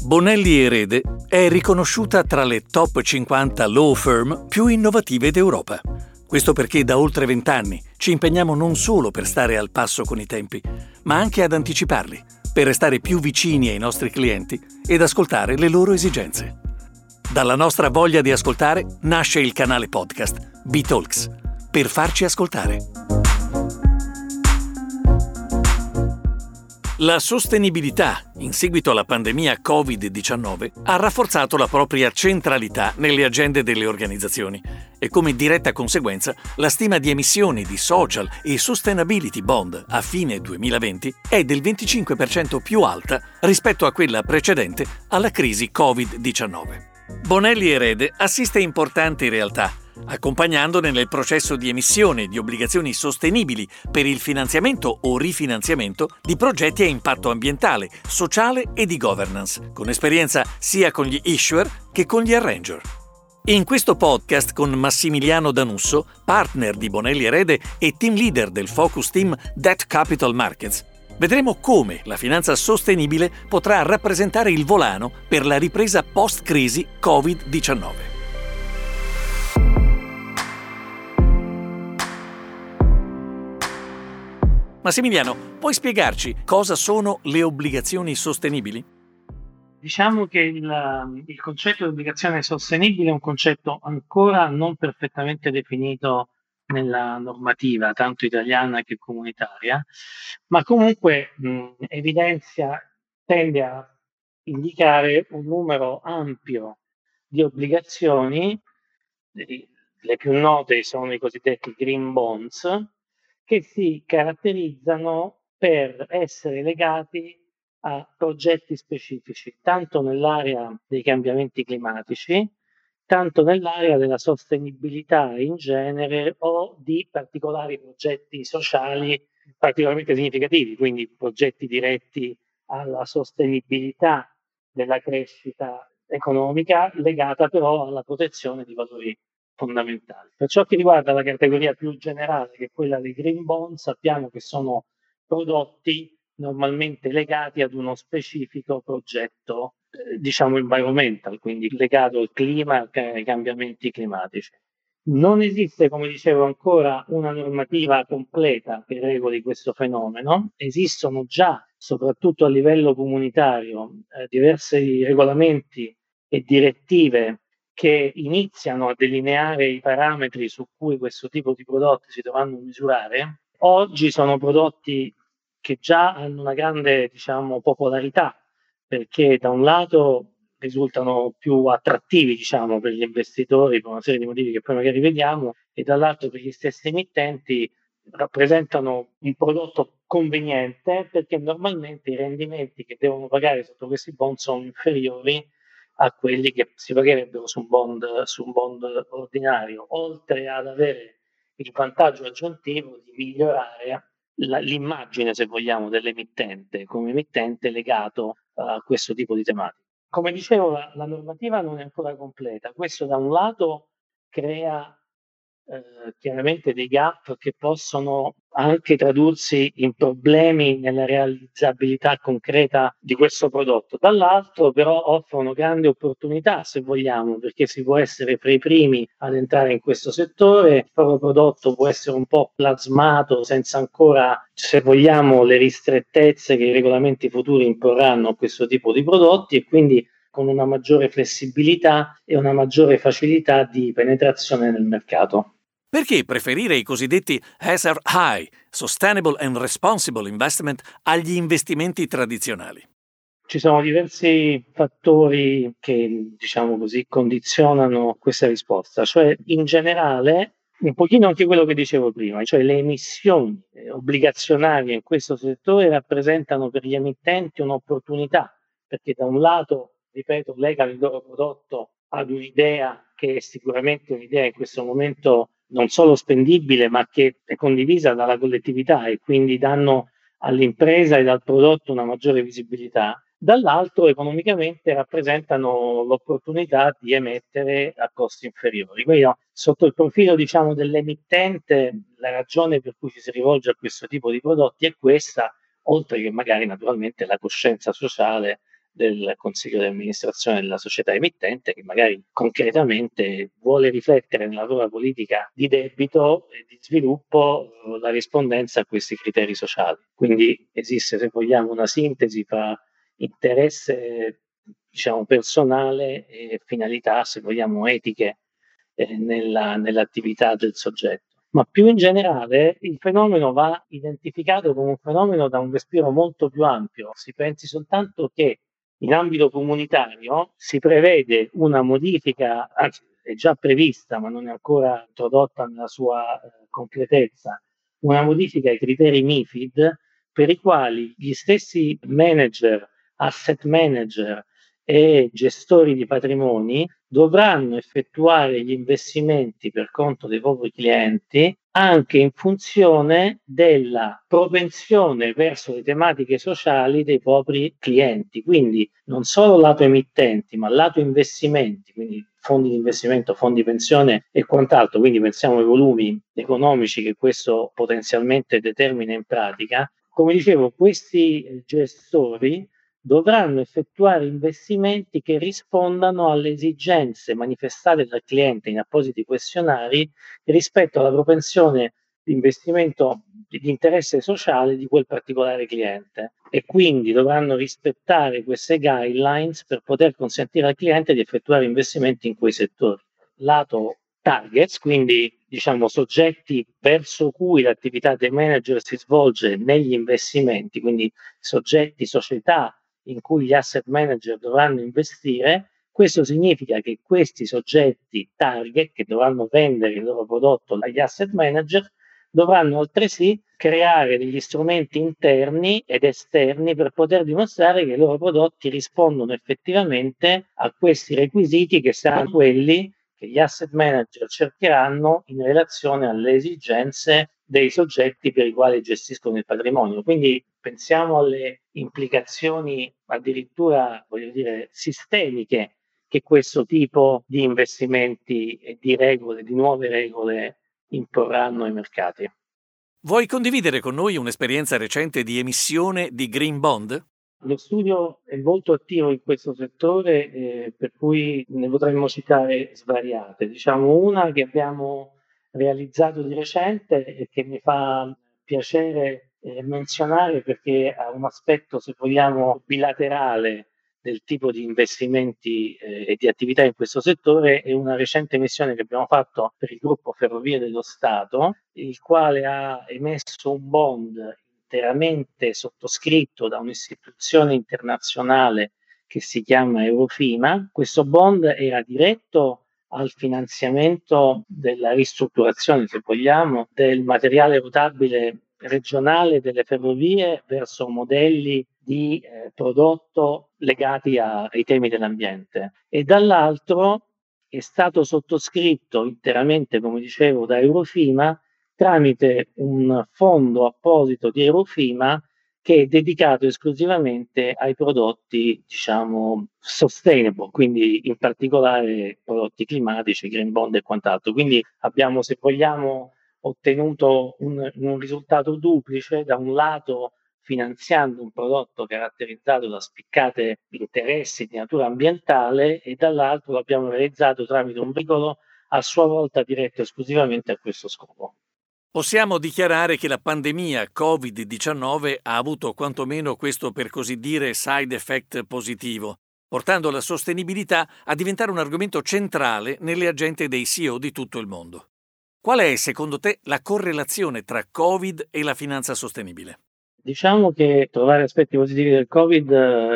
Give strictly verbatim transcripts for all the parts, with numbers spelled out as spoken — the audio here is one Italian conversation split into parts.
Bonelli Erede è riconosciuta tra le top cinquanta law firm più innovative d'Europa. Questo perché da oltre vent'anni ci impegniamo non solo per stare al passo con i tempi, ma anche ad anticiparli, per restare più vicini ai nostri clienti ed ascoltare le loro esigenze. Dalla nostra voglia di ascoltare nasce il canale podcast B-Talks, per farci ascoltare. La sostenibilità, in seguito alla pandemia covid diciannove, ha rafforzato la propria centralità nelle agende delle organizzazioni e come diretta conseguenza la stima di emissioni di social e sustainability bond a fine duemilaventi è del venticinque per cento più alta rispetto a quella precedente alla crisi covid diciannove. Bonelli Erede assiste importanti realtà, accompagnandone nel processo di emissione di obbligazioni sostenibili per il finanziamento o rifinanziamento di progetti a impatto ambientale, sociale e di governance, con esperienza sia con gli issuer che con gli arranger. In questo podcast con Massimiliano Danusso, partner di Bonelli Erede e team leader del focus team Debt Capital Markets, vedremo come la finanza sostenibile potrà rappresentare il volano per la ripresa post-crisi covid diciannove. Massimiliano, puoi spiegarci cosa sono le obbligazioni sostenibili? Diciamo che il, il concetto di obbligazione sostenibile è un concetto ancora non perfettamente definito nella normativa, tanto italiana che comunitaria, ma comunque mh, evidenzia, tende a indicare un numero ampio di obbligazioni, le più note sono i cosiddetti green bonds, che si caratterizzano per essere legati a progetti specifici, tanto nell'area dei cambiamenti climatici, tanto nell'area della sostenibilità in genere o di particolari progetti sociali particolarmente significativi, quindi progetti diretti alla sostenibilità della crescita economica legata però alla protezione di valori fondamentali. Per ciò che riguarda la categoria più generale, che è quella dei green bond, sappiamo che sono prodotti normalmente legati ad uno specifico progetto, eh, diciamo environmental, quindi legato al clima e ai cambiamenti climatici. Non esiste, come dicevo, ancora una normativa completa che regoli questo fenomeno. Esistono già, soprattutto a livello comunitario, eh, diversi regolamenti e direttive che iniziano a delineare i parametri su cui questo tipo di prodotti si dovranno misurare. Oggi sono prodotti che già hanno una grande, diciamo, popolarità, perché da un lato risultano più attrattivi, diciamo, per gli investitori per una serie di motivi che poi magari vediamo, e dall'altro per gli stessi emittenti rappresentano un prodotto conveniente, perché normalmente i rendimenti che devono pagare sotto questi bond sono inferiori a quelli che si pagherebbero su un bond, su un bond ordinario, oltre ad avere il vantaggio aggiuntivo di migliorare la, l'immagine, se vogliamo, dell'emittente come emittente legato a questo tipo di tematiche. Come dicevo, la, la normativa non è ancora completa. Questo da un lato crea eh, chiaramente dei gap che possono anche tradursi in problemi nella realizzabilità concreta di questo prodotto. Dall'altro però offrono grandi opportunità, se vogliamo, perché si può essere fra i primi ad entrare in questo settore, il proprio prodotto può essere un po' plasmato senza ancora, se vogliamo, le ristrettezze che i regolamenti futuri imporranno a questo tipo di prodotti, e quindi con una maggiore flessibilità e una maggiore facilità di penetrazione nel mercato. Perché preferire i cosiddetti S R I, Sustainable and Responsible Investment, agli investimenti tradizionali? Ci sono diversi fattori che, diciamo così, condizionano questa risposta, cioè in generale un pochino anche quello che dicevo prima, cioè le emissioni obbligazionarie in questo settore rappresentano per gli emittenti un'opportunità, perché da un lato, ripeto, legano il loro prodotto ad un'idea che è sicuramente un'idea in questo momento non solo spendibile, ma che è condivisa dalla collettività, e quindi danno all'impresa e al prodotto una maggiore visibilità. Dall'altro, economicamente rappresentano l'opportunità di emettere a costi inferiori. Quindi, no, sotto il profilo, diciamo, dell'emittente, la ragione per cui ci si rivolge a questo tipo di prodotti è questa, oltre che magari naturalmente la coscienza sociale del consiglio di amministrazione della società emittente, che magari concretamente vuole riflettere nella propria politica di debito e di sviluppo la rispondenza a questi criteri sociali. Quindi esiste, se vogliamo, una sintesi tra interesse, diciamo, personale e finalità, se vogliamo, etiche eh, nella, nell'attività del soggetto. Ma più in generale il fenomeno va identificato come un fenomeno da un respiro molto più ampio. Si pensi soltanto che in ambito comunitario si prevede una modifica, anzi è già prevista ma non è ancora introdotta nella sua eh, completezza, una modifica ai criteri MiFID per i quali gli stessi manager, asset manager e gestori di patrimoni dovranno effettuare gli investimenti per conto dei propri clienti anche in funzione della propensione verso le tematiche sociali dei propri clienti. Quindi non solo lato emittenti, ma lato investimenti, quindi fondi di investimento, fondi pensione e quant'altro. Quindi pensiamo ai volumi economici che questo potenzialmente determina in pratica. Come dicevo, questi gestori dovranno effettuare investimenti che rispondano alle esigenze manifestate dal cliente in appositi questionari rispetto alla propensione di investimento di interesse sociale di quel particolare cliente, e quindi dovranno rispettare queste guidelines per poter consentire al cliente di effettuare investimenti in quei settori. Lato targets, quindi diciamo soggetti verso cui l'attività dei manager si svolge negli investimenti, quindi soggetti, società in cui gli asset manager dovranno investire. Questo significa che questi soggetti target, che dovranno vendere il loro prodotto agli asset manager, dovranno altresì creare degli strumenti interni ed esterni per poter dimostrare che i loro prodotti rispondono effettivamente a questi requisiti, che saranno quelli che gli asset manager cercheranno in relazione alle esigenze dei soggetti per i quali gestiscono il patrimonio. Quindi pensiamo alle implicazioni addirittura, voglio dire, sistemiche che questo tipo di investimenti e di regole, di nuove regole imporranno ai mercati. Vuoi condividere con noi un'esperienza recente di emissione di green bond? Lo studio è molto attivo in questo settore, eh, per cui ne potremmo citare svariate. Diciamo una che abbiamo realizzato di recente e che mi fa piacere eh, menzionare perché ha un aspetto, se vogliamo, bilaterale del tipo di investimenti eh, e di attività in questo settore. È una recente emissione che abbiamo fatto per il gruppo Ferrovie dello Stato, il quale ha emesso un bond interamente sottoscritto da un'istituzione internazionale che si chiama Eurofima. Questo bond era diretto al finanziamento della ristrutturazione, se vogliamo, del materiale rotabile regionale delle ferrovie verso modelli di eh, prodotto legati a, ai temi dell'ambiente, e dall'altro è stato sottoscritto interamente, come dicevo, da Eurofima tramite un fondo apposito di Eurofima che è dedicato esclusivamente ai prodotti, diciamo, sustainable, quindi in particolare prodotti climatici, green bond e quant'altro. Quindi abbiamo, se vogliamo, ottenuto un, un risultato duplice: da un lato finanziando un prodotto caratterizzato da spiccate interessi di natura ambientale, e dall'altro l'abbiamo realizzato tramite un veicolo a sua volta diretto esclusivamente a questo scopo. Possiamo dichiarare che la pandemia covid diciannove ha avuto quantomeno questo, per così dire, side effect positivo, portando la sostenibilità a diventare un argomento centrale nelle agende dei C E O di tutto il mondo. Qual è, secondo te, la correlazione tra Covid e la finanza sostenibile? Diciamo che trovare aspetti positivi del Covid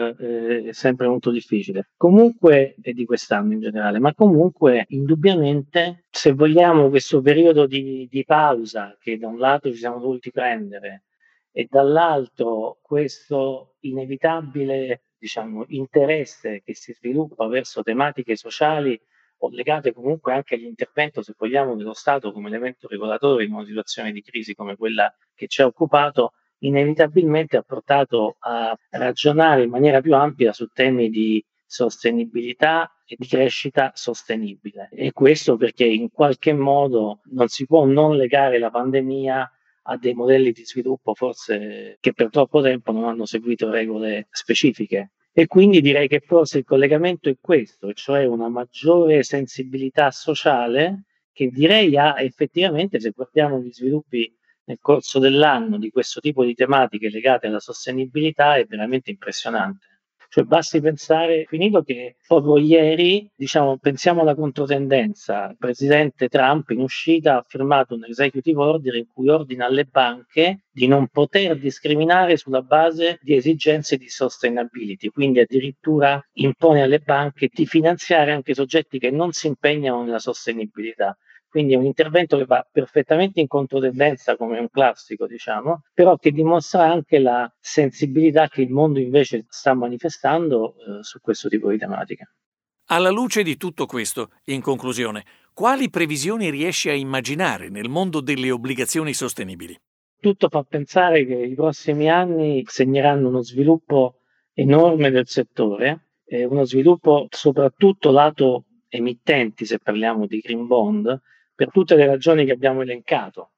eh, è sempre molto difficile. Comunque, e di quest'anno in generale, ma comunque, indubbiamente, se vogliamo, questo periodo di, di pausa che da un lato ci siamo dovuti prendere e dall'altro questo inevitabile, diciamo, interesse che si sviluppa verso tematiche sociali o legate comunque anche all'intervento, se vogliamo, dello Stato come elemento regolatore in una situazione di crisi come quella che ci ha occupato, inevitabilmente ha portato a ragionare in maniera più ampia su temi di sostenibilità e di crescita sostenibile. E questo perché in qualche modo non si può non legare la pandemia a dei modelli di sviluppo forse che per troppo tempo non hanno seguito regole specifiche E quindi direi che forse il collegamento è questo, cioè una maggiore sensibilità sociale che direi ha effettivamente, se guardiamo gli sviluppi nel corso dell'anno di questo tipo di tematiche legate alla sostenibilità, è veramente impressionante. Cioè basti pensare, finito che proprio ieri, diciamo, pensiamo alla controtendenza, il presidente Trump in uscita ha firmato un executive order in cui ordina alle banche di non poter discriminare sulla base di esigenze di sustainability, quindi addirittura impone alle banche di finanziare anche soggetti che non si impegnano nella sostenibilità. Quindi è un intervento che va perfettamente in controtendenza, come un classico, diciamo, però che dimostra anche la sensibilità che il mondo invece sta manifestando eh, su questo tipo di tematiche. Alla luce di tutto questo, in conclusione, quali previsioni riesci a immaginare nel mondo delle obbligazioni sostenibili? Tutto fa pensare che i prossimi anni segneranno uno sviluppo enorme del settore, eh, uno sviluppo soprattutto lato emittenti, se parliamo di green bond, per tutte le ragioni che abbiamo elencato,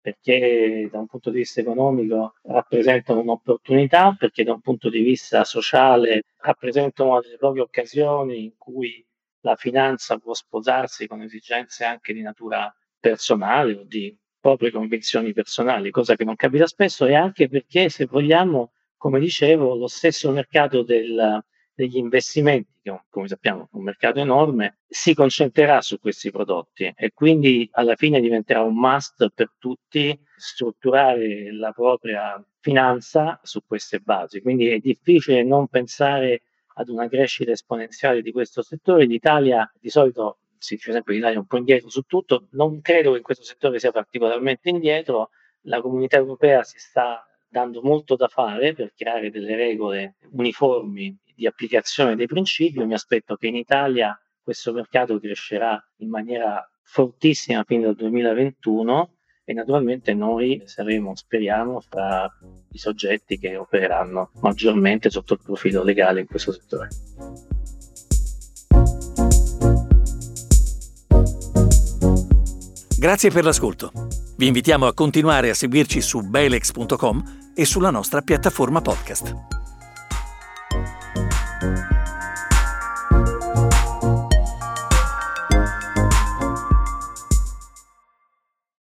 perché da un punto di vista economico rappresentano un'opportunità, perché da un punto di vista sociale rappresentano delle proprie occasioni in cui la finanza può sposarsi con esigenze anche di natura personale o di proprie convinzioni personali, cosa che non capita spesso, e anche perché, se vogliamo, come dicevo, lo stesso mercato del degli investimenti, che come sappiamo è un mercato enorme, si concentrerà su questi prodotti e quindi alla fine diventerà un must per tutti strutturare la propria finanza su queste basi. Quindi è difficile non pensare ad una crescita esponenziale di questo settore. L'Italia di solito si dice sempre che l'Italia è un po' indietro su tutto, non credo che in questo settore sia particolarmente indietro. La comunità europea si sta dando molto da fare per creare delle regole uniformi di applicazione dei principi. Io mi aspetto che in Italia questo mercato crescerà in maniera fortissima fino al duemilaventuno e naturalmente noi saremo, speriamo, fra i soggetti che opereranno maggiormente sotto il profilo legale in questo settore. Grazie per l'ascolto. Vi invitiamo a continuare a seguirci su bailex punto com e sulla nostra piattaforma podcast.